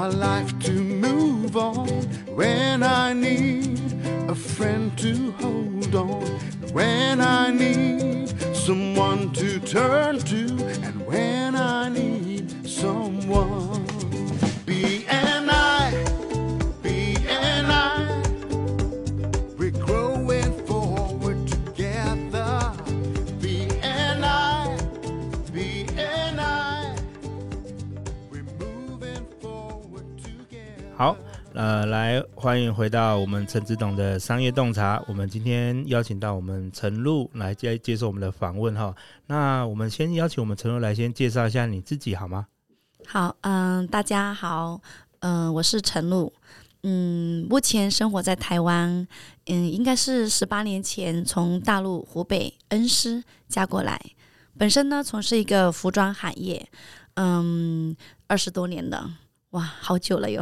my life to move on. When I need a friend to hold on, when I need someone to turn to, and when I need someone. B and I, B and I, we're growing forward together. B and I, B and I, we're moving forward together. 好，来欢迎回到我们陈子董的商业洞察。我们今天邀请到我们陈露来接受我们的访问哈。那我们先邀请我们陈露来先介绍一下你自己好吗？ 好，大家好，我是陈露，目前生活在台湾，应该是18年前从大陆湖北恩施嫁过来，本身呢从事一个服装行业，20多年了，哇，好久了哟。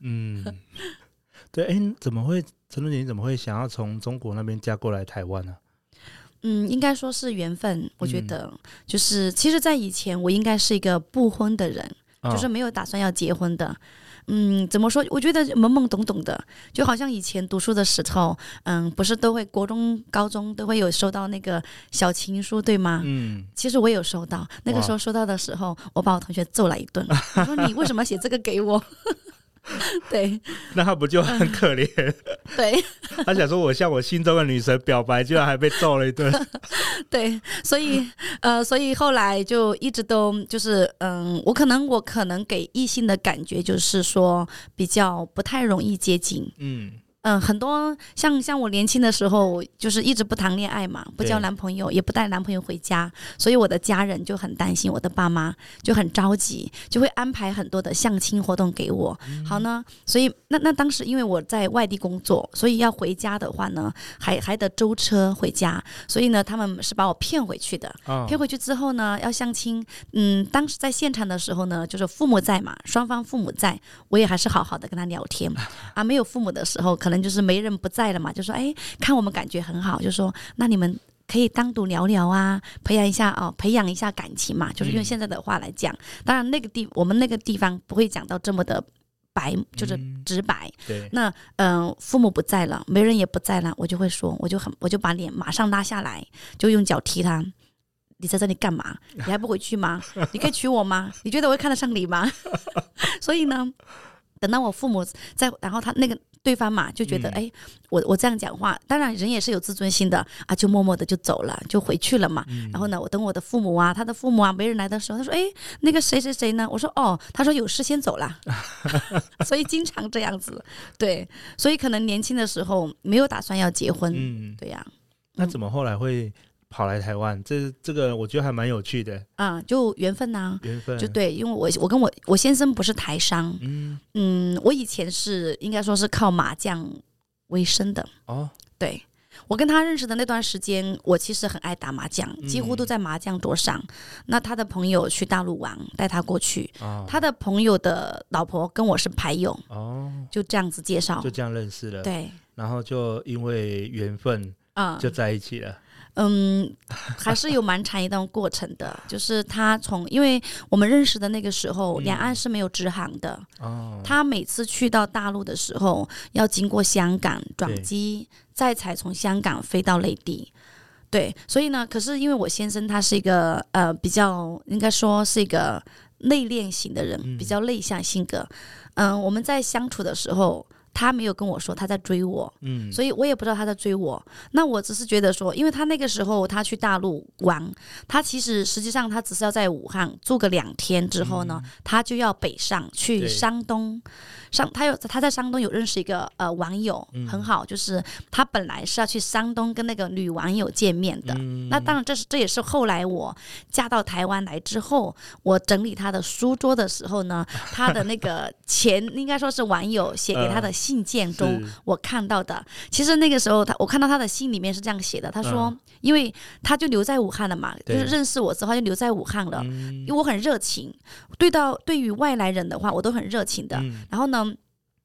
对，怎么会陈露姐你怎么会想要从中国那边嫁过来台湾呢？ 应该说是缘分，我觉得就是其实在以前我应该是一个不婚的人，就是没有打算要结婚的。怎么说？我觉得懵懵懂懂的，就好像以前读书的时候，不是都会国中、高中都会有收到那个小情书，对吗？其实我有收到，那个时候收到的时候，我把我同学揍了一顿，我说你为什么写这个给我？对， 那他不就很可怜？ 对， 他想说我向我心中的女神表白，居然还被揍了一顿。 对，所以后来就一直都就是，我可能给异性的感觉就是说比较不太容易接近。很多像我年轻的时候，就是一直不谈恋爱嘛，不交男朋友，也不带男朋友回家，所以我的家人就很担心，我的爸妈就很着急，就会安排很多的相亲活动给我。好呢，所以那当时因为我在外地工作，所以要回家的话呢，还得舟车回家，所以呢，他们是把我骗回去的。骗回去之后呢，要相亲，当时在现场的时候呢，就是父母在嘛，双方父母在，我也还是好好的跟他聊天啊。没有父母的时候，可能就是没人不在了嘛，就说看我们感觉很好，就说那你们可以单独聊聊啊，培养一下感情嘛，就是用现在的话来讲，当然我们那个地方不会讲到这么的白，就是直白。 对， 那父母不在了，没人也不在了，我就会说，我就把脸马上拉下来，就用脚踢他。你在这里干嘛？你还不回去吗？你可以娶我吗？你觉得我会看得上你吗？所以呢，等到我父母在，然后他那个对方嘛就觉得我这样讲话，当然人也是有自尊心的啊，就默默的就走了，就回去了嘛。然后呢，我等我的父母啊，他的父母啊没人来的时候，他说那个谁谁谁呢？我说他说有事先走了。所以经常这样子。对，所以可能年轻的时候没有打算要结婚。对呀。 那怎么后来会跑来台湾？这个我觉得还蛮有趣的。 就缘分啊， 缘分就对，因为我跟我先生不是台商，我以前是应该说是靠麻将为生的。对，我跟他认识的那段时间，我其实很爱打麻将，几乎都在麻将桌上。那他的朋友去大陆玩，带他过去，他的朋友的老婆跟我是牌友，就这样子介绍， 就这样认识了。 对， 然后就因为缘分就在一起了。 还是有蛮长一段过程的，就是因为我们认识的那个时候，两岸是没有直航的。他每次去到大陆的时候，要经过香港转机，再才从香港飞到内地。对，所以呢，可是因为我先生他是一个比较应该说是一个内敛型的人，比较内向性格。我们在相处的时候，他没有跟我说他在追我，所以我也不知道他在追我。那我只是觉得说，因为他那个时候他去大陆玩，他实际上他只是要在武汉住个2天之后呢，他就要北上去山东。他在山东有认识一个网友，很好，就是他本来是要去山东跟那个女网友见面的。那当然这也是后来我嫁到台湾来之后，我整理他的书桌的时候呢，他的那个应该说是网友写给他的信件中我看到的。其实那个时候我看到他的信里面是这样写的，他说因为他就留在武汉了嘛，就是认识我之后就留在武汉了，因为我很热情，对于外来人的话我都很热情的。然后呢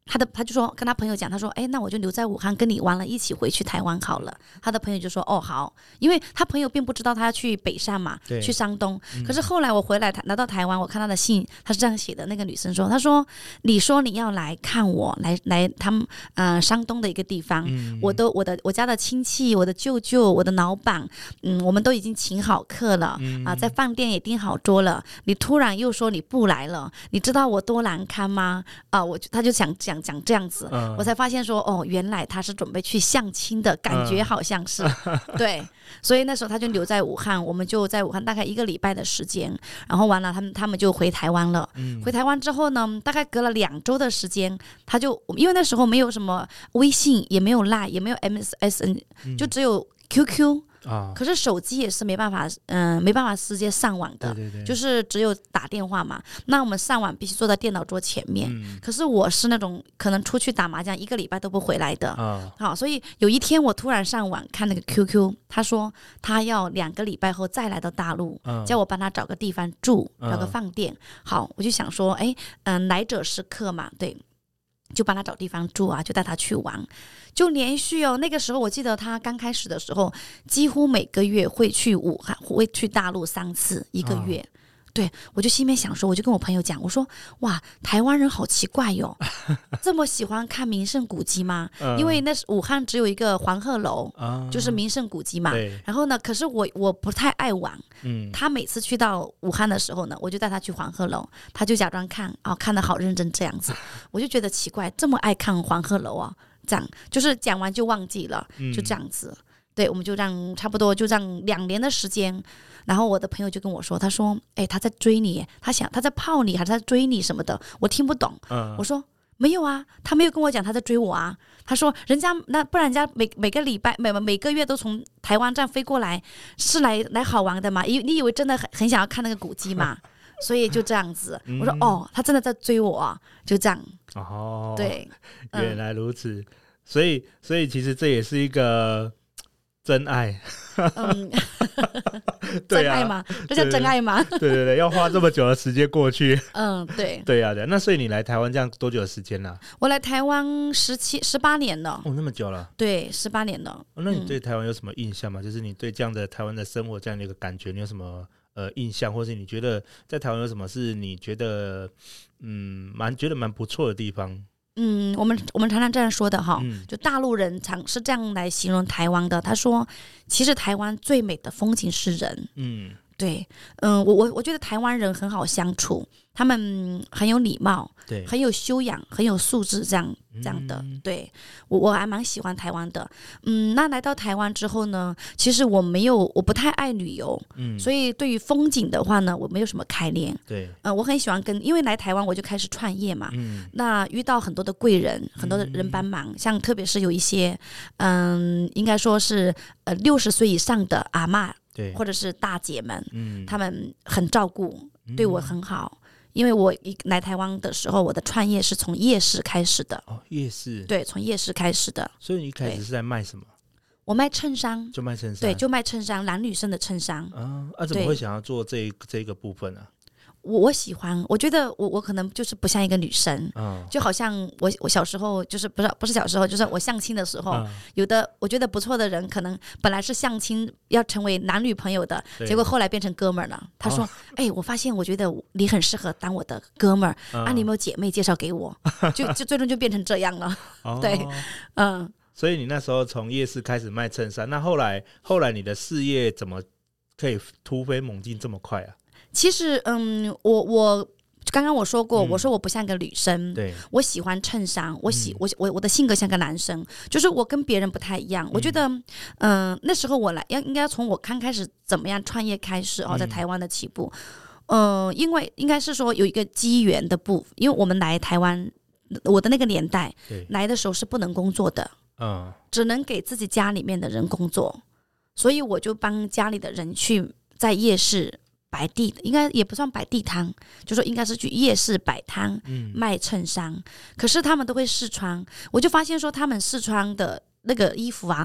他就说跟他朋友讲，他说那我就留在武汉跟你完了一起回去台湾好了。他的朋友就说好，因为他朋友并不知道他要去北上嘛，去山东。可是后来我回来拿到台湾，我看他的信，他是这样写的，那个女生说，他说你说你要来看我，来他们山东的一个地方，我家的亲戚，我的舅舅，我的老板，我们都已经请好客了在饭店也订好桌了，你突然又说你不来了，你知道我多难堪吗？他就讲这样子，我才发现说原来他是准备去相亲的感觉，好像是对，所以那时候他就留在武汉，我们就在武汉大概1个礼拜的时间，然后完了他们就回台湾了。回台湾之后呢，大概隔了2周的时间，他就因为那时候没有什么微信，也没有 LINE， 也没有 MSN，就只有 QQ。可是手机也是没办法直接上网的，对，就是只有打电话嘛。那我们上网必须坐在电脑桌前面。可是我是那种可能出去打麻将1个礼拜都不回来的。好，所以有一天我突然上网看那个 QQ， 他说他要2个礼拜后再来到大陆，叫我帮他找个地方住，找个饭店。好，我就想说，来者是客嘛，对。就帮他找地方住啊，就带他去玩，就连续那个时候我记得他刚开始的时候，几乎每个月会去武汉，会去大陆3次1个月。对，我就心里面想说，我就跟我朋友讲，我说哇，台湾人好奇怪哟，这么喜欢看名胜古迹吗？因为那是武汉只有一个黄鹤楼，就是名胜古迹嘛。然后呢，可是我不太爱玩。他每次去到武汉的时候呢，我就带他去黄鹤楼，他就假装看看得好认真这样子，我就觉得奇怪，这么爱看黄鹤楼啊，这样就是讲完就忘记了，就这样子。对，我们就差不多就这样2年的时间。然后我的朋友就跟我说，他说他在追你，他在泡你还是在追你什么的，我听不懂。我说没有啊，他没有跟我讲他在追我啊。他说人家不然人家每个礼拜每个月都从台湾站飞过来，是来好玩的嘛？你以为真的很想要看那个古迹嘛？所以就这样子。我说他真的在追我啊，就这样。对， 原来如此。所以其实这也是一个真爱。 真爱吗？这叫真爱吗？ 对，要花这么久的时间过去。 对。 对啊。那所以你来台湾这样多久的时间了？ 我来台湾18年了。 那么久了。 对，18年了。 那你对台湾有什么印象吗？就是你对这样的台湾的生活这样的一个感觉，你有什么印象，或是你觉得在台湾有什么是你觉得蛮不错的地方？ 我们常常这样说的哈，就大陆人常是这样来形容台湾的。他说，其实台湾最美的风景是人。对，我觉得台湾人很好相处，他们很有礼貌，对，很有修养，很有素质，这样的。对，我还蛮喜欢台湾的。那来到台湾之后呢，其实我不太爱旅游，所以对于风景的话呢，我没有什么概念。对，我很喜欢因为来台湾我就开始创业嘛，那遇到很多的贵人，很多的人帮忙，像特别是有一些，应该说是60岁以上的阿嬷。或者是大姐们，他们很照顾，对我很好。因为我来台湾的时候，我的创业是从夜市开始的。夜市。对，从夜市开始的。 所以你一开始是在卖什么？ 我卖衬衫。 就卖衬衫。 对，就卖衬衫，男女生的衬衫。 怎么会想要做这个部分呢？ 我喜欢，我觉得我可能就是不像一个女生，就好像我小时候就是不是小时候，就是我相亲的时候，有的我觉得不错的人，可能本来是相亲要成为男女朋友的，结果后来变成哥们儿了。他说：“我发现我觉得你很适合当我的哥们儿，你有没有姐妹介绍给我？”就最终就变成这样了。对， 所以你那时候从夜市开始卖衬衫，那后来你的事业怎么可以突飞猛进这么快啊？ 其实，我刚刚我说过，我说我不像个女生，对，我喜欢衬衫，我的性格像个男生，就是我跟别人不太一样。我觉得，那时候我应该从我刚开始怎么样创业开始在台湾的起步，因为应该是说有一个机缘的部分，因为我们来台湾，我的那个年代来的时候是不能工作的，只能给自己家里面的人工作，所以我就帮家里的人去在夜市。摆地应该也不算摆地摊，就说应该是去夜市摆摊，卖衬衫。可是他们都会试穿，我就发现说他们试穿的那个衣服啊，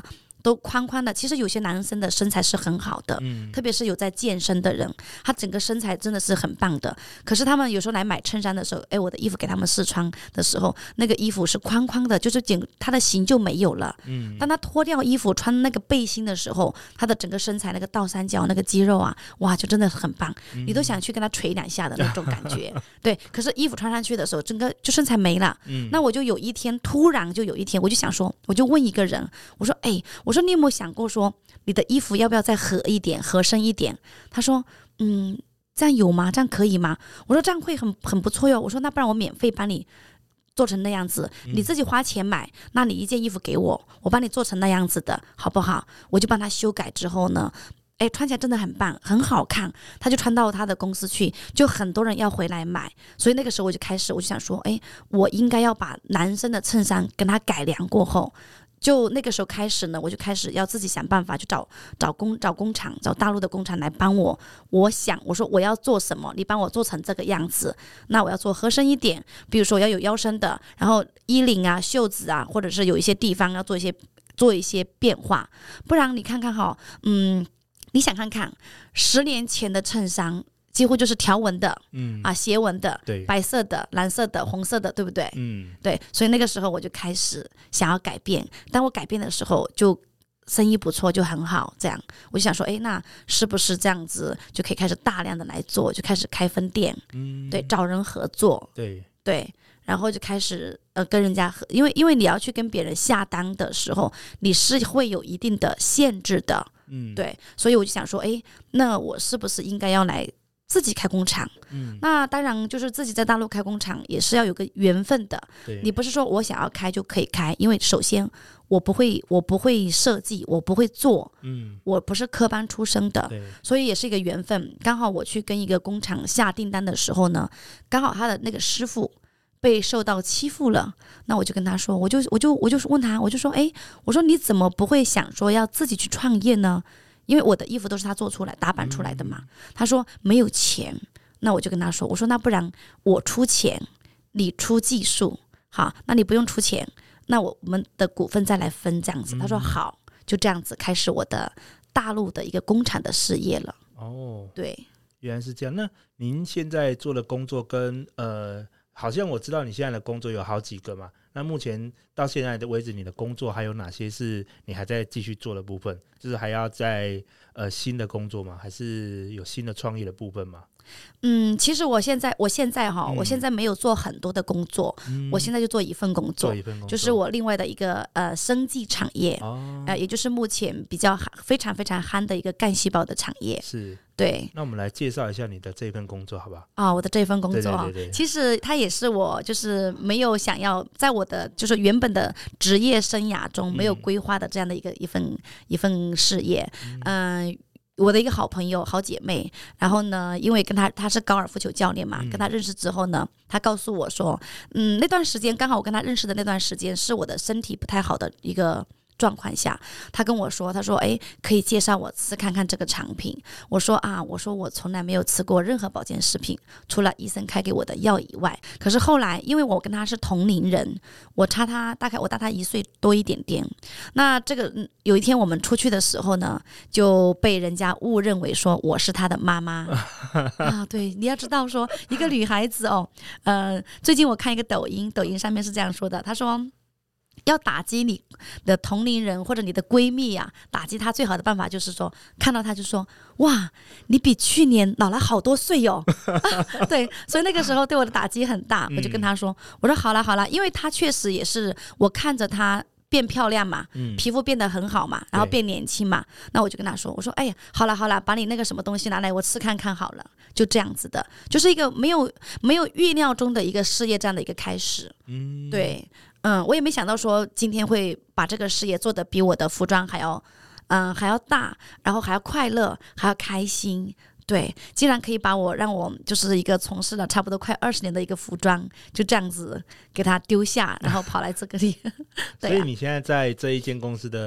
都宽宽的。其实有些男生的身材是很好的，特别是有在健身的人，他整个身材真的是很棒的。可是他们有时候来买衬衫的时候，我的衣服给他们试穿的时候，那个衣服是宽宽的，就是他的型就没有了。当他脱掉衣服穿那个背心的时候，他的整个身材那个倒三角那个肌肉啊，哇，就真的很棒，你都想去跟他捶2下的那种感觉。对，可是衣服穿上去的时候，整个就身材没了。那我就有一天，突然就有一天，我就想说，我就问一个人，我说，我说你有没有想过说，你的衣服要不要再合一点，合身一点？他说，这样有吗？这样可以吗？我说这样会很不错哟。我说那不然我免费帮你做成那样子，你自己花钱买，那你一件衣服给我，我帮你做成那样子的，好不好？我就帮他修改之后呢，穿起来真的很棒，很好看。他就穿到他的公司去，就很多人要回来买。所以那个时候我就想说，我应该要把男生的衬衫跟他改良过后。就那个时候开始呢，我就开始要自己想办法去找工厂，找大陆的工厂来帮我。我说我要做什么，你帮我做成这个样子。那我要做合身一点，比如说我要有腰身的，然后衣领啊、袖子啊，或者是有一些地方要做一些变化。不然你看看哈，你想看看10年前的衬衫。几乎就是条纹的，斜纹的，白色的、蓝色的、红色的，对不对？对，所以那个时候我就开始想要改变。当我改变的时候，就生意不错，就很好。这样，我就想说，那是不是这样子就可以开始大量的来做，就开始开分店，对，找人合作，对，然后就开始跟人家因为你要去跟别人下单的时候，你是会有一定的限制的，对，所以我就想说，那我是不是应该要来自己开工厂？那当然就是自己在大陆开工厂也是要有个缘分的。你不是说我想要开就可以开，因为首先我不会设计，我不会做，我不是科班出身的，所以也是一个缘分。刚好我去跟一个工厂下订单的时候呢，刚好他的那个师傅被受到欺负了，那我就跟他说，我就问他，我就说，我说你怎么不会想说要自己去创业呢？因为我的衣服都是他做出来打版出来的嘛。他说没有钱，那我就跟他说，我说那不然我出钱，你出技术，好，那你不用出钱，那我们的股份再来分这样子。他说好，就这样子开始我的大陆的一个工厂的事业了。对， 原来是这样。那您现在做的工作跟好像我知道你现在的工作有好几个嘛，那目前到现在的为止，你的工作还有哪些是你还在继续做的部分？就是还要在新的工作吗？还是有新的创业的部分吗？ 其实我现在没有做很多的工作，我现在就做一份工作，就是我另外的一个生技产业，也就是目前比较非常非常夯的一个干细胞的产业。 是， 对。 那我们来介绍一下你的这份工作好不好？ 我的这份工作，对，其实它也是我就是没有想要在我的就是原本的职业生涯中没有规划的这样的一份事业。我的一个好朋友好姐妹，然后呢因为跟她是高尔夫球教练嘛，跟她认识之后呢，她告诉我说那段时间刚好我跟她认识的那段时间是我的身体不太好的一个状况下，他跟我说，他说可以介绍我吃看看这个产品。我说我从来没有吃过任何保健食品，除了医生开给我的药以外。可是后来因为我跟他是同龄人，我大他1岁多一点点，那这个有一天我们出去的时候呢，就被人家误认为说我是他的妈妈对，你要知道说一个女孩子最近我看一个抖音上面是这样说的，他说要打击你的同龄人或者你的闺蜜打击她最好的办法就是说，看到她就说，哇，你比去年老了好多岁哟对，所以那个时候对我的打击很大。我就跟她说，我说好了，因为她确实也是我看着她变漂亮嘛，皮肤变得很好嘛，然后变年轻嘛，那我就跟她说，我说好了，把你那个什么东西拿来我吃看看好了，就这样子的，就是一个没有预料中的一个事业这样的一个开始。对，我也没想到说今天会把这个事业做得比我的服装还要大，然后还要快乐，还要开心。对，竟然可以让我就是一个从事了差不多快20年的一个服装，就这样子给他丢下，然后跑来这个里对。 所以你现在在这一间公司的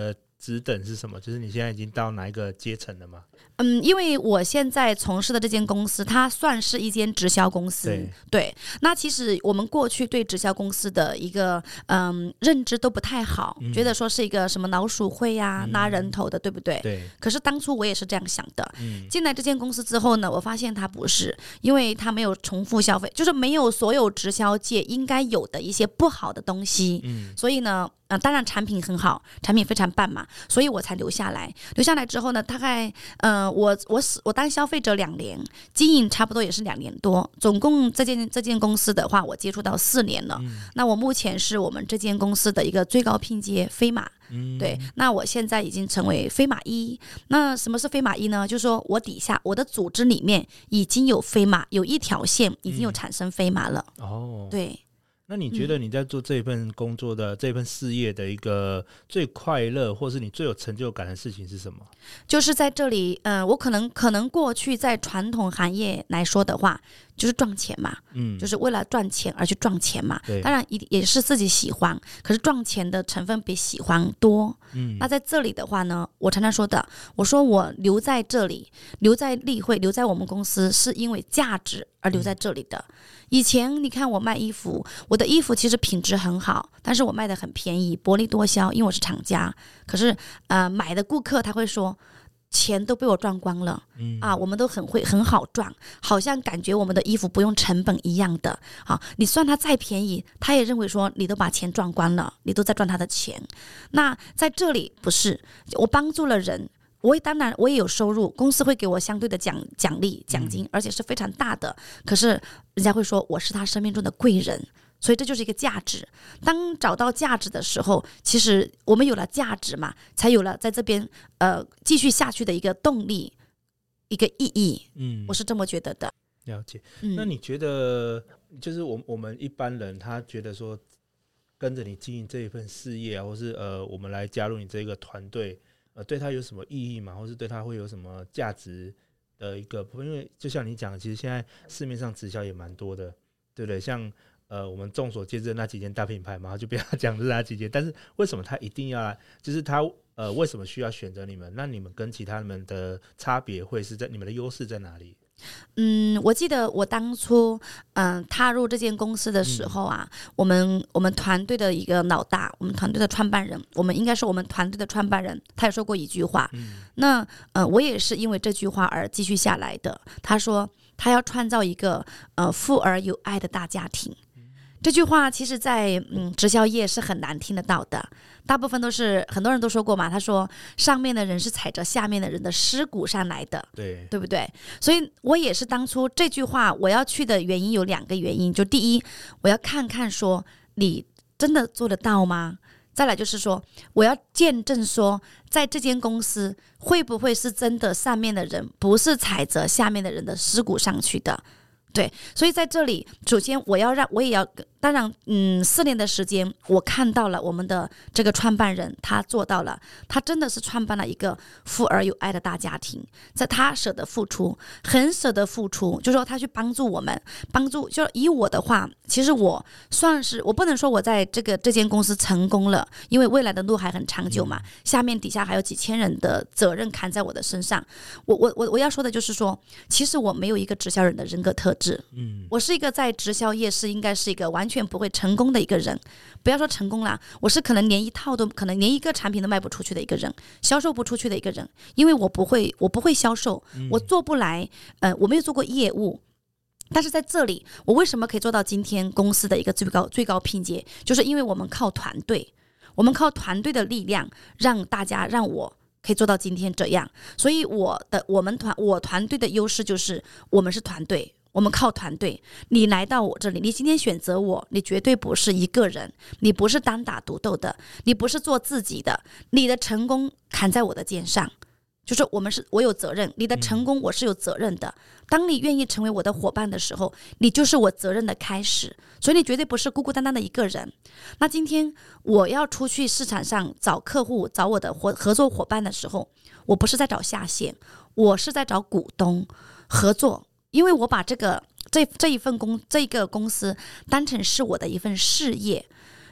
职等是什么？就是你现在已经到哪一个阶层了吗？ 因为我现在从事的这间公司，它算是一间直销公司。对，那其实我们过去对直销公司的一个认知都不太好，觉得说是一个什么老鼠会啊，拉人头的，对不对？ 对。 可是当初我也是这样想的。进来这间公司之后呢，我发现它不是，因为它没有重复消费，就是没有所有直销界应该有的一些不好的东西。所以呢。当然产品很好，产品非常棒嘛，所以我才留下来。留下来之后呢，大概我当消费者2年，经营差不多也是2年多，总共这间公司的话，我接触到4年了。那我目前是我们这间公司的一个最高聘阶飞马。对，那我现在已经成为飞马1。那什么是飞马1呢？就是说我底下我的组织里面已经有飞马，有一条线已经有产生飞马了。对。 那你觉得你在做这一份工作的这份事业的一个最快乐，或是你最有成就感的事情是什么？ 就是在这里，我可能过去在传统行业来说的话，就是赚钱嘛，就是为了赚钱而去赚钱嘛。当然也是自己喜欢，可是赚钱的成分比喜欢多。那在这里的话呢，我常常说的，我说我留在这里，留在立会，留在我们公司，是因为价值而留在这里的。以前你看我卖衣服，我的衣服其实品质很好，但是我卖的很便宜，薄利多销，因为我是厂家。可是买的顾客他会说钱都被我赚光了。我们都很好赚，好像感觉我们的衣服不用成本一样的。你算它再便宜，他也认为说你都把钱赚光了，你都在赚他的钱。那在这里不是，我帮助了人，当然我也有收入，公司会给我相对的奖励奖金，而且是非常大的。可是人家会说我是他生命中的贵人，所以这就是一个价值。当找到价值的时候，其实我们有了价值嘛，才有了在这边继续下去的一个动力，一个意义。我是这么觉得的。 了解。那你觉得就是我们一般人他觉得说跟着你经营这一份事业啊，或是我们来加入你这个团队，对他有什么意义吗？或是对他会有什么价值的一个？因为就像你讲的，其实现在市面上直销也蛮多的，对不对？像我们众所皆知的那几间大品牌嘛，就不要讲是哪几间，但是为什么他一定要就是他为什么需要选择你们？那你们跟其他人的差别会是在你们的优势在哪里？ 我记得我当初踏入这间公司的时候啊，我们团队的一个老大，我们团队的创办人，我们应该是我们团队的创办人，他也说过一句话。那我也是因为这句话而继续下来的。他说他要创造一个富而有爱的大家庭。这句话其实在直销业是很难听得到的，大部分都是很多人都说过嘛，他说上面的人是踩着下面的人的尸骨上来的，对不对？所以我也是当初这句话我要去的原因有2个原因，就第一，我要看看说你真的做得到吗？再来就是说我要见证说在这间公司会不会是真的上面的人不是踩着下面的人的尸骨上去的。对，所以在这里，首先我也要，当然，4年的时间，我看到了我们的这个创办人，他做到了，他真的是创办了一个富而有爱的大家庭，在他舍得付出，很舍得付出，就说他去帮助我们，就以我的话，其实我算是，我不能说我在这间公司成功了，因为未来的路还很长久嘛，底下还有几千人的责任扛在我的身上，我要说的就是说，其实我没有一个直销人的人格特质。我是一个在直销业应该是一个完全不会成功的一个人，不要说成功啦，我是可能连一个产品都卖不出去的一个人，销售不出去的一个人，因为我不会销售，我做不来，我没有做过业务。但是在这里，我为什么可以做到今天公司的一个最高聘阶，就是因为我们靠团队的力量，让我可以做到今天这样。所以我团队的优势就是我们是团队，我们靠团队。你来到我这里，你今天选择我，你绝对不是一个人，你不是单打独斗的，你不是做自己的，你的成功扛在我的肩上，就是我有责任，你的成功我是有责任的。当你愿意成为我的伙伴的时候，你就是我责任的开始，所以你绝对不是孤孤单单的一个人。那今天我要出去市场上找客户，找我的合作伙伴的时候，我不是在找下线，我是在找股东合作，因为我把这个公司当成是我的一份事业。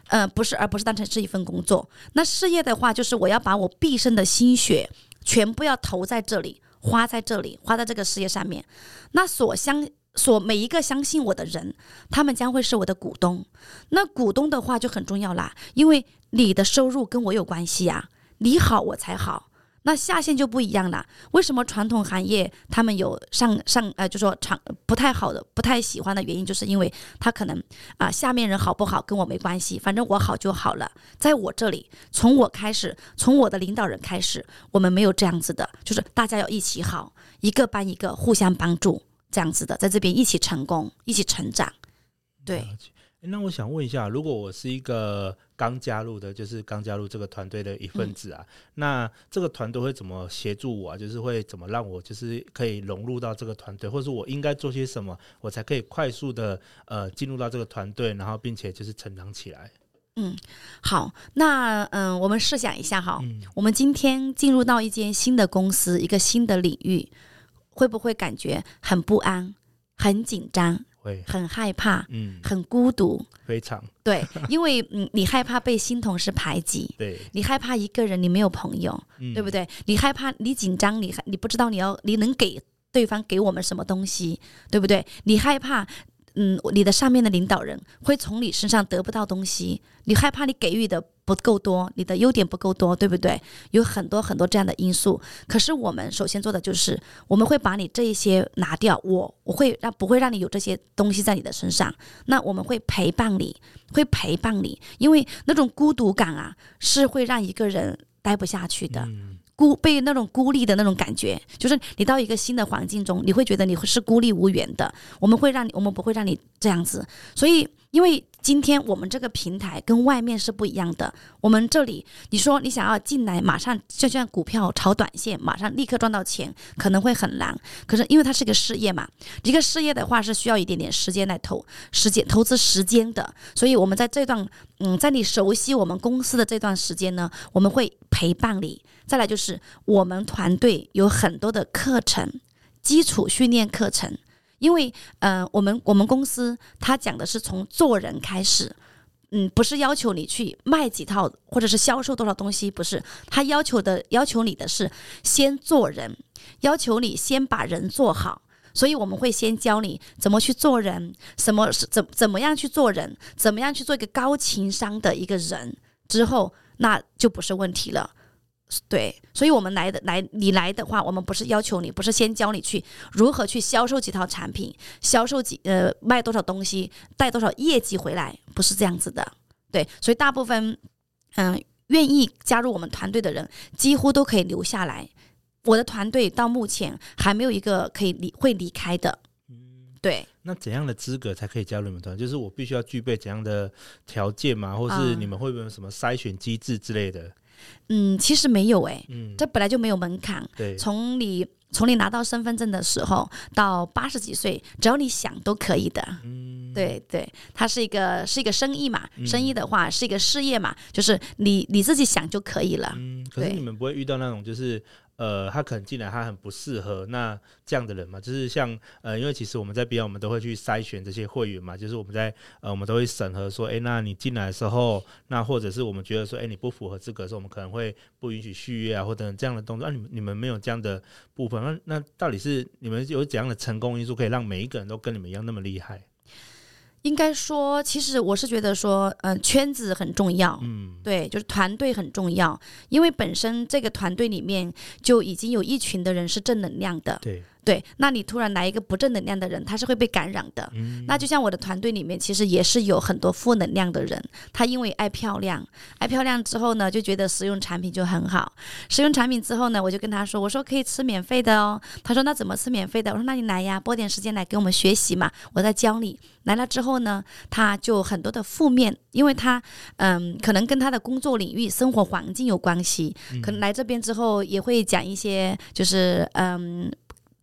不是，而不是当成是一份工作。那事业的话，就是我要把我毕生的心血全部要投在这里，花在这里，花在这个事业上面。那每一个相信我的人，他们将会是我的股东。那股东的话就很重要啦，因为你的收入跟我有关系啊，你好我才好。那下线就不一样了。为什么传统行业他们有就说不太好的、不太喜欢的原因，就是因为他可能下面人好不好跟我没关系，反正我好就好了。在我这里，从我开始，从我的领导人开始，我们没有这样子的，就是大家要一起好，一个帮一个，互相帮助，这样子的，在这边一起成功，一起成长。对。 那我想问一下，如果我是一个刚加入这个团队的一份子啊，那这个团队会怎么协助我啊？就是会怎么让我就是可以融入到这个团队，或者是我应该做些什么，我才可以快速的进入到这个团队，然后并且就是成长起来？ 好，那我们试想一下哈，我们今天进入到一间新的公司，一个新的领域，会不会感觉很不安、很紧张？很害怕，很孤独， 非常对，因为你害怕被新同事排挤， 对， 你害怕一个人你没有朋友，对不对？你害怕，你紧张，你不知道你能给对方给我们什么东西，对不对？你害怕你的上面的领导人会从你身上得不到东西，你害怕你给予的不够多，你的优点不够多，对不对？有很多很多这样的因素。可是我们首先做的就是我们会把你这一些拿掉，我不会让你有这些东西在你的身上。那我们会陪伴你，因为那种孤独感啊，是会让一个人待不下去的。被那种孤立的那种感觉，就是你到一个新的环境中，你会觉得你是孤立无援的。我们不会让你这样子。所以因为今天我们这个平台跟外面是不一样的，我们这里你说你想要进来马上就像股票炒短线马上立刻赚到钱，可能会很难。可是因为它是个事业嘛，一个事业的话是需要一点点时间来投资时间的。所以我们在这段在你熟悉我们公司的这段时间呢，我们会陪伴你。再来就是我们团队有很多的课程，基础训练课程。因为我们公司它讲的是从做人开始，不是要求你去卖几套或者是销售多少东西，不是，它要求你的是先做人，要求你先把人做好。所以我们会先教你怎么去做人，怎么样去做人，怎么样去做一个高情商的一个人，之后那就不是问题了。对，所以我们你来的话，我们不是要求你，不是先教你去如何去销售几套产品，卖多少东西，带多少业绩回来，不是这样子的。对，所以大部分愿意加入我们团队的人，几乎都可以留下来。我的团队到目前还没有一个会离开的。对， 那怎样的资格才可以加入你们团队？就是我必须要具备怎样的条件吗？或是你们会不会有什么筛选机制之类的？ 其实没有这本来就没有门槛。 对， 从你拿到身份证的时候到80几岁，只要你想都可以的。对对，它是一个生意嘛，生意的话是一个事业嘛，就是你自己想就可以了。 可是你们不会遇到那种就是他可能进来他很不适合那这样的人嘛？就是像因为其实我们在 BION 我们都会去筛选这些会员嘛，就是我们都会审核说，那你进来的时候，那或者是我们觉得说，你不符合资格的时候，我们可能会不允许续约啊，或者这样的动作。你们没有这样的部分，那到底是你们有怎样的成功因素可以让每一个人都跟你们一样那么厉害？ 应该说，其实我是觉得说，圈子很重要，对，就是团队很重要，因为本身这个团队里面就已经有一群的人是正能量的，对，那你突然来一个不正能量的人，他是会被感染的。那就像我的团队里面，其实也是有很多负能量的人，他因为爱漂亮之后呢，就觉得使用产品就很好。使用产品之后呢，我就跟他说，我说可以吃免费的哦。他说那怎么吃免费的？我说那你来呀，拨点时间来给我们学习嘛，我在教你。来了之后呢，他就很多的负面，因为他可能跟他的工作领域、生活环境有关系，可能来这边之后也会讲一些就是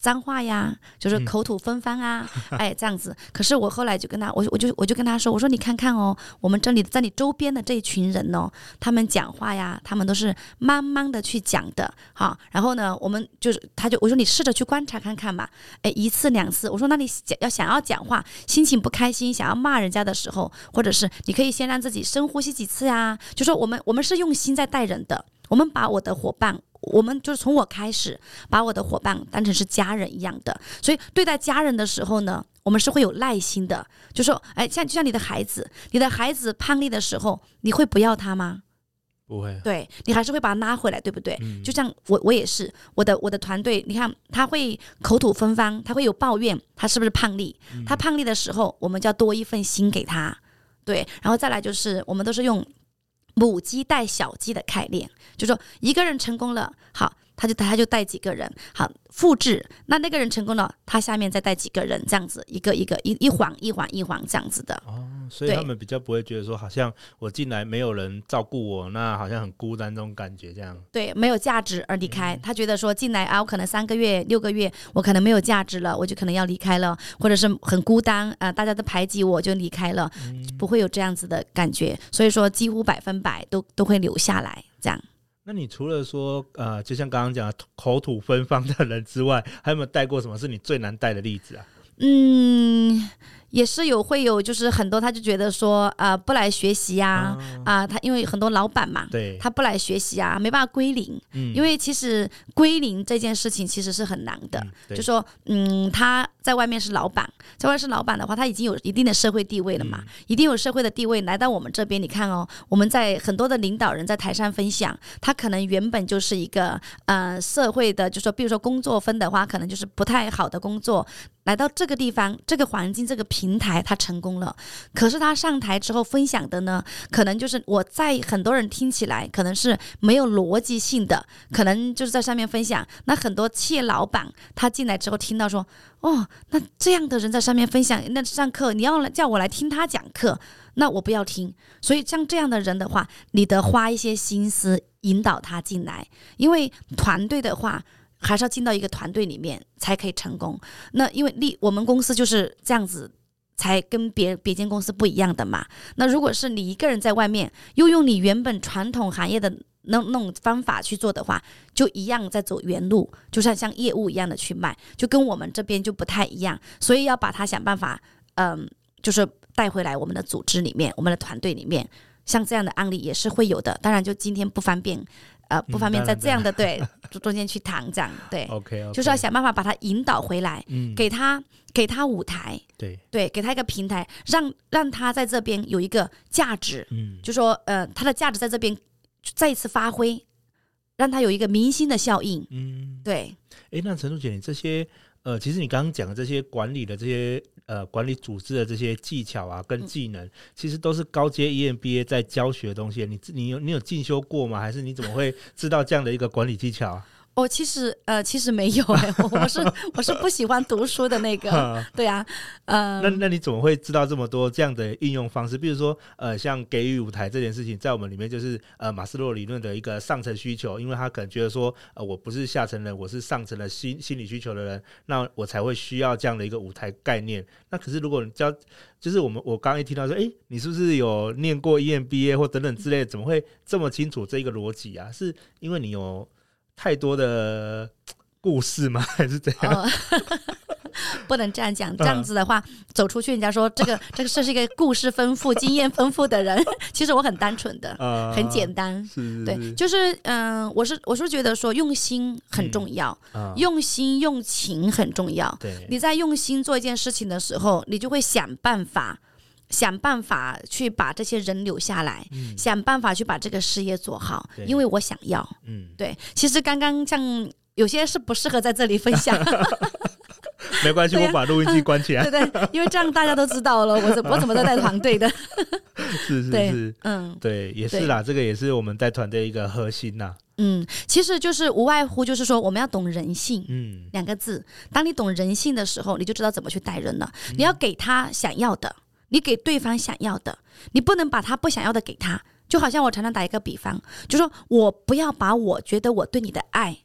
脏话呀，就是口吐芬芳啊，哎，这样子。可是我后来就跟他，我就跟他说，我说你看看哦，我们这里在你周边的这一群人哦，他们讲话呀，他们都是慢慢的去讲的，好，然后呢，我们我说你试着去观察看看嘛，哎，1次2次，我说那你想要讲话，心情不开心，想要骂人家的时候，或者是你可以先让自己深呼吸几次啊，就说我们是用心在带人的，我们把我的伙伴。我们就是从我开始把我的伙伴当成是家人一样的，所以对待家人的时候呢，我们是会有耐心的。就说，哎，就像你的孩子叛逆的时候，你会不要他吗？ 不会， 对，你还是会把他拉回来，对不对？就像我也是，我的团队，你看他会口吐芬芳，他会有抱怨，他是不是叛逆？他叛逆的时候，我们就要多一份心给他，对，然后再来就是我们都是用母鸡带小鸡的概念，就说一个人成功了，好，他就带几个人，好，复制，那个人成功了，他下面再带几个人，这样子一环这样子的。 哦，所以他们比较不会觉得说，好像我进来没有人照顾我，那好像很孤单这种感觉，这样。 对，没有价值而离开。他觉得说进来啊，我可能3个月、6个月，我可能没有价值了，我就可能要离开了，或者是很孤单啊，大家都排挤我就离开了，不会有这样子的感觉。所以说，几乎100%都会留下来，这样。 那你除了说就像刚刚讲的口吐芬芳的人之外，还有没有带过什么是你最难带的例子啊？ 也是会有，就是很多他就觉得说不来学习啊，他因为很多老板嘛， 对， 他不来学习啊，没办法归零，因为其实归零这件事情其实是很难的，就说他在外面是老板，在外面是老板的话，他已经有一定的社会地位了嘛，一定有社会的地位，来到我们这边，你看哦，我们在很多的领导人在台上分享，他可能原本就是一个社会的，就说比如说工作分的话，可能就是不太好的工作。来到这个地方，这个环境，这个平台，他成功了。可是他上台之后分享的呢，可能就是我在很多人听起来可能是没有逻辑性的，可能就是在上面分享。那很多企业老板他进来之后听到说，哦，那这样的人在上面分享，那上课你要叫我来听他讲课，那我不要听。所以像这样的人的话，你得花一些心思引导他进来，因为团队的话。还是要进到一个团队里面才可以成功。那因为我们公司就是这样子，才跟别间公司不一样的嘛。那如果是你一个人在外面，又用你原本传统行业的那种方法去做的话，就一样在走原路，就像业务一样的去卖，就跟我们这边就不太一样。所以要把它想办法，就是带回来我们的组织里面，我们的团队里面。像这样的案例也是会有的，当然就今天不方便在这样的对中间去谈这样对 okay. 就是要想办法把它引导回来，给他舞台，对，给他一个平台，让他在这边有一个价值，就说他的价值在这边再一次发挥，让他有一个明星的效应，对。 那陈淑姐，你这些其实你刚刚讲的这些管理的这些管理组织的这些技巧啊跟技能，其实都是高阶 EMBA 在教学的东西。你有进修过吗？还是你怎么会知道这样的一个管理技巧啊？ 其实没有我是不喜欢读书的那个对啊， 那你怎么会知道这么多这样的应用方式？比如说像给予舞台这件事情，在我们里面就是马斯洛理论的一个上层需求，因为他可能觉得说我不是下层人，我是上层的心理需求的人，那我才会需要这样的一个舞台概念。那可是如果你就是我刚刚一听到说你是不是有念过 EMBA 或等等之类的，怎么会这么清楚这一个逻辑啊？是因为你有太多的故事吗？还是怎样？ 不能这样讲，这样子的话走出去人家说这个是一个故事丰富经验丰富的人其实我很单纯的很简单，对，就是我是觉得说用心很重要，用心用情很重要，对，你在用心做一件事情的时候，你就会想办法去把这些人留下来，想办法去把这个事业做好，因为我想要，对，其实刚刚像有些是不适合在这里分享没关系，我把录音机关起来对，因为这样大家都知道了我怎么在带团队的是对，也是啦，这个也是我们带团队一个核心啦。 其实就是无外乎就是说我们要懂人性，2个字，当你懂人性的时候，你就知道怎么去带人了。你要给他想要的，你给对方想要的，你不能把他不想要的给他。就好像我常常打一个比方，就说我不要把我觉得我对你的爱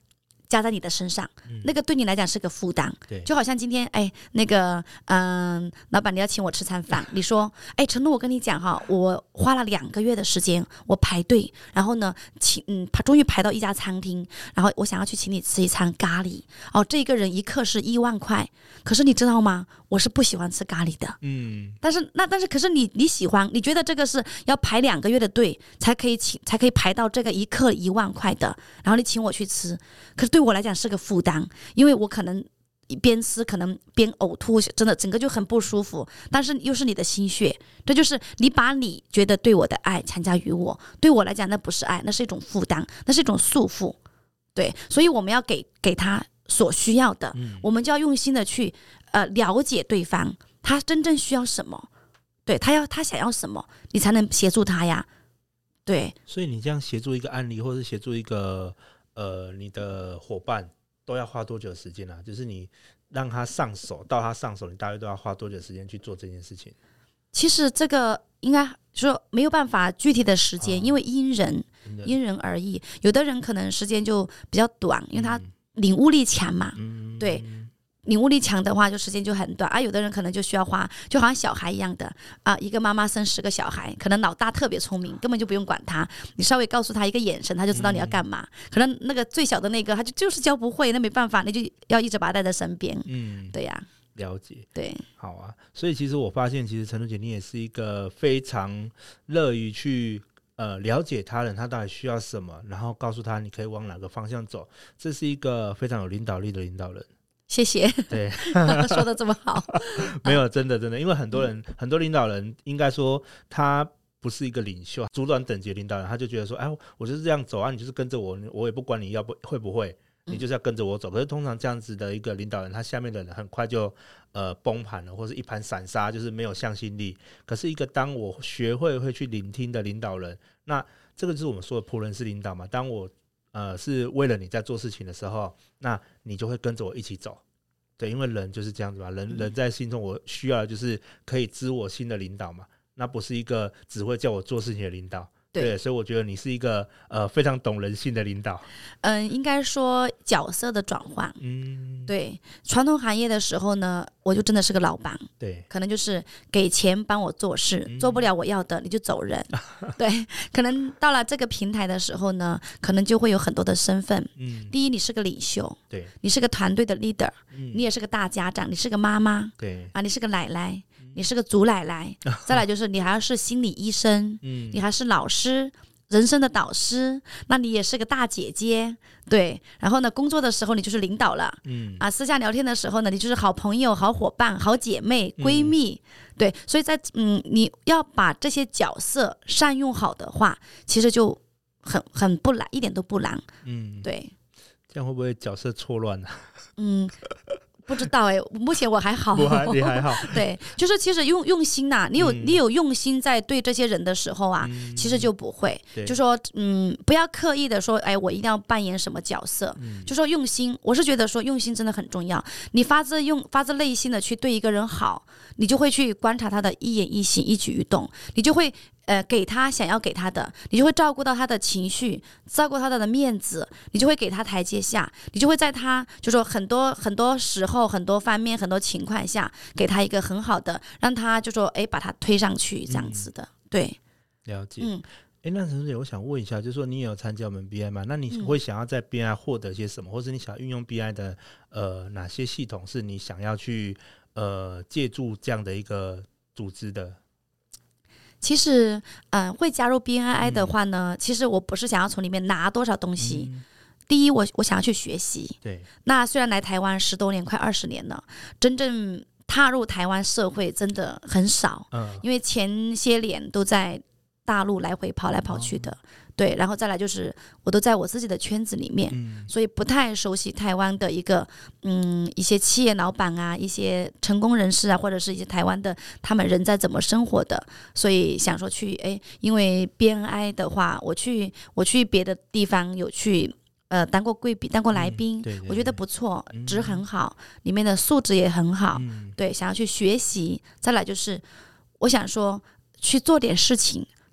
加在你的身上，那个对你来讲是个负担。就好像今天那个老板你要请我吃餐饭，你说陈露我跟你讲哈，我花了2个月的时间我排队，然后呢终于排到一家餐厅，然后我想要去请你吃一餐咖喱这个人一客是1万块，可是你知道吗，我是不喜欢吃咖喱的，但是可是你喜欢，你觉得这个是要排2个月的队才可以排到这个一客1万块的，然后你请我去吃，可是对我来讲是个负担，因为我可能边吃可能边呕吐，真的整个就很不舒服，但是又是你的心血，这就是你把你觉得对我的爱强加于我，对我来讲那不是爱，那是一种负担，那是一种束缚。对，所以我们要给他所需要的，我们就要用心的去了解对方他真正需要什么，对，他想要什么，你才能协助他呀。对， 所以你这样协助一个案例，或是协助一个你的伙伴，都要花多久的时间啊？就是你让他上手，到他上手，你大约都要花多久的时间去做这件事情？ 其实这个应该说没有办法具体的时间，因为因人而异。有的人可能时间就比较短，因为他领悟力强嘛，对。领悟力强的话就时间就很短有的人可能就需要花，就好像小孩一样的一个妈妈生10个小孩，可能老大特别聪明，根本就不用管他，你稍微告诉他一个眼神他就知道你要干嘛，可能那个最小的那个他就是教不会，那没办法，你就要一直把他带在身边。对呀， 了解。 对， 好啊。所以其实我发现其实陈露姐你也是一个非常乐于去了解他人他到底需要什么，然后告诉他你可以往哪个方向走，这是一个非常有领导力的领导人。 谢谢。 对， 说的这么好。 没有，真的，因为很多领导人应该说他不是一个领袖，主管等级的领导人，他就觉得说，我就是这样走你就是跟着我，我也不管你会不会，你就是要跟着我走。可是通常这样子的一个领导人，他下面的人很快就崩盘了，或是一盘散沙，就是没有向心力。可是一个当我学会去聆听的领导人，那这个就是我们说的仆人式领导嘛。当我是为了你在做事情的时候，那你就会跟着我一起走。对，因为人就是这样子嘛，人在心中我需要的就是可以知我心的领导嘛，那不是一个只会叫我做事情的领导。对，所以我觉得你是一个非常懂人性的领导。 应该说角色的转换。对，传统行业的时候呢，我就真的是个老板，对，可能就是给钱帮我做事，做不了我要的你就走人。对，可能到了这个平台的时候呢，可能就会有很多的身份。第一，你是个领袖，对，你是个团队的 leader，你也是个大家长，你是个妈妈，对你是个奶奶，你是个祖奶奶，再来就是你还要是心理医生，你还是老师，人生的导师，那你也是个大姐姐，对。然后呢，工作的时候你就是领导了，私下聊天的时候呢，你就是好朋友、好伙伴、好姐妹、闺蜜，对。所以你要把这些角色善用好的话，其实就很不难，一点都不难，对。 这样会不会角色错乱呢？ 不知道目前我还好。 你还好。 对，就是其实用心啊，你有用心在对这些人的时候啊，其实就不会，就说不要刻意的说我一定要扮演什么角色，就说用心。我是觉得说用心真的很重要，你发自内心的去对一个人好，你就会去观察他的一言一行一举一动，你就会给他想要给他的，你就会照顾到他的情绪，照顾他的面子，你就会给他台阶下，你就会在他就说很多时候、很多方面、很多情况下，给他一个很好的，让他就说把他推上去这样子的。对， 了解。那陈姐，我想问一下，就是说你也有参加我们 BI 吗？那你会想要在 BI 获得些什么，或是你想要运用 BI 的哪些系统是你想要去借助这样的一个组织的？ 其实会加入 BNI 的话呢，其实我不是想要从里面拿多少东西。第一，我想要去学习。对，那虽然来台湾10多年，快20年了，真正踏入台湾社会真的很少，因为前些年都在大陆来回跑来跑去的。对，然后再来就是我都在我自己的圈子里面，所以不太熟悉台湾的一些企业老板啊，一些成功人士啊，或者是一些台湾的他们人在怎么生活的，所以想说去因为 BNI 的话，我去别的地方有去当过贵宾，当过来宾，对，我觉得不错，值很好，里面的素质也很好，对，想要去学习。再来就是我想说去做点事情，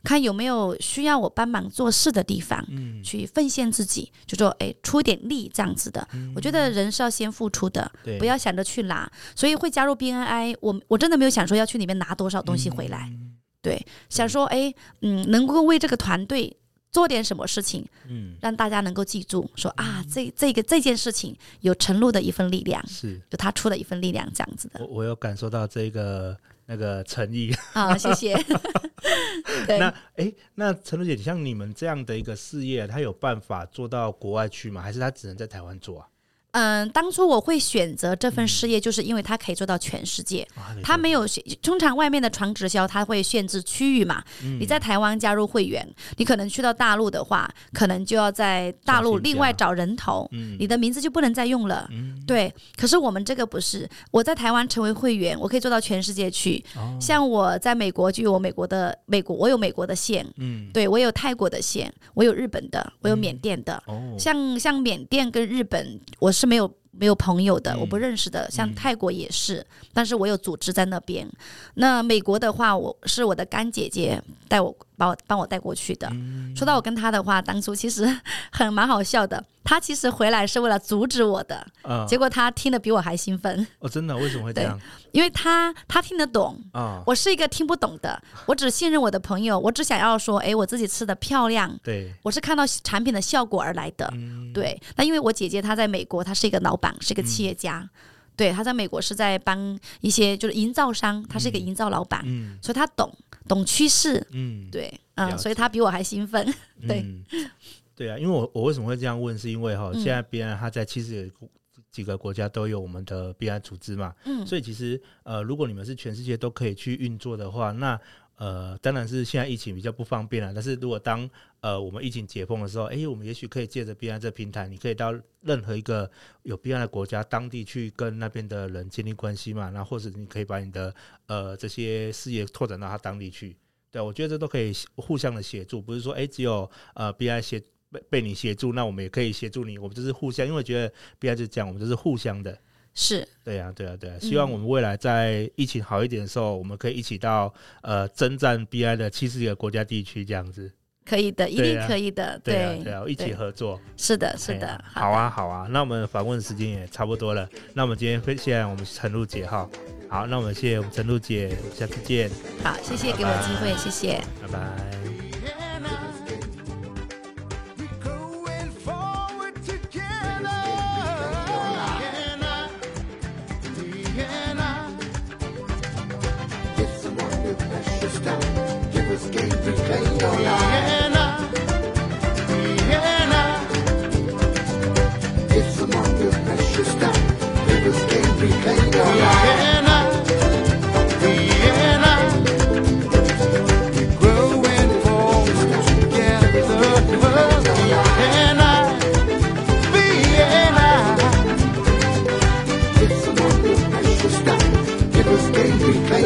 看有没有需要我帮忙做事的地方，去奉献自己，就说出点力这样子的。我觉得人是要先付出的，不要想着去拿。所以会加入 BNI， 我真的没有想说要去里面拿多少东西回来，对，想说能够为这个团队做点什么事情，让大家能够记住说这件事情有陈露的一份力量，是就他出了一份力量这样子的。 我有感受到这个那个诚意啊，谢谢。对， 那陈露姐，像你们这样的一个事业，他有办法做到国外去吗？还是他只能在台湾做啊？ 当初我会选择这份事业，就是因为它可以做到全世界。它没有通常外面的传直销，它会限制区域嘛。你在台湾加入会员，你可能去到大陆的话，可能就要在大陆另外找人头，你的名字就不能再用了。对，可是我们这个不是，我在台湾成为会员，我可以做到全世界去。像我在美国就有我有美国的线，对，我有泰国的线，我有日本的，我有缅甸的。像缅甸跟日本，我是没有朋友的，我不认识的。像泰国也是，但是我有组织在那边。那美国的话，我是我的干姐姐帮我带过去的。说到我跟她的话，当初其实蛮好笑的。她其实回来是为了阻止我的，结果她听得比我还兴奋。 真的？为什么会这样？ 因为她听得懂，我是一个听不懂的。我只信任我的朋友，我只想要说，我自己吃的漂亮。对，我是看到产品的效果而来的。对，那因为我姐姐她在美国，她是一个老板，是一个企业家。对，她在美国是在帮一些就是营造商，她是一个营造老板，所以她懂趋势。对，所以她比我还兴奋。 对啊，因为我为什么会这样问，是因为现在 BNI 它在70几个国家都有我们的 BNI 组织嘛，所以其实如果你们是全世界都可以去运作的话，那当然是现在疫情比较不方便了，但是如果当我们疫情解封的时候，我们也许可以借着 BNI 这平台，你可以到任何一个有 BNI 的国家当地去跟那边的人建立关系嘛，那或者你可以把你的这些事业拓展到他当地去。对，我觉得这都可以互相的协助，不是说只有BNI 被你协助，那我们也可以协助你，我们就是互相，因为我觉得 BNI 就是这样，我们就是互相的。是，对啊，希望我们未来在疫情好一点的时候，我们可以一起到征战 BNI 的70几个国家地区这样子。可以的，一定可以的。对啊，一起合作。是的，是的。好啊，那我们访问时间也差不多了，那我们今天谢谢我们陈露姐哈。好，那我们谢谢我们陈露姐，我们下次见。好，谢谢给我机会，谢谢，拜拜。It was game reclaimed.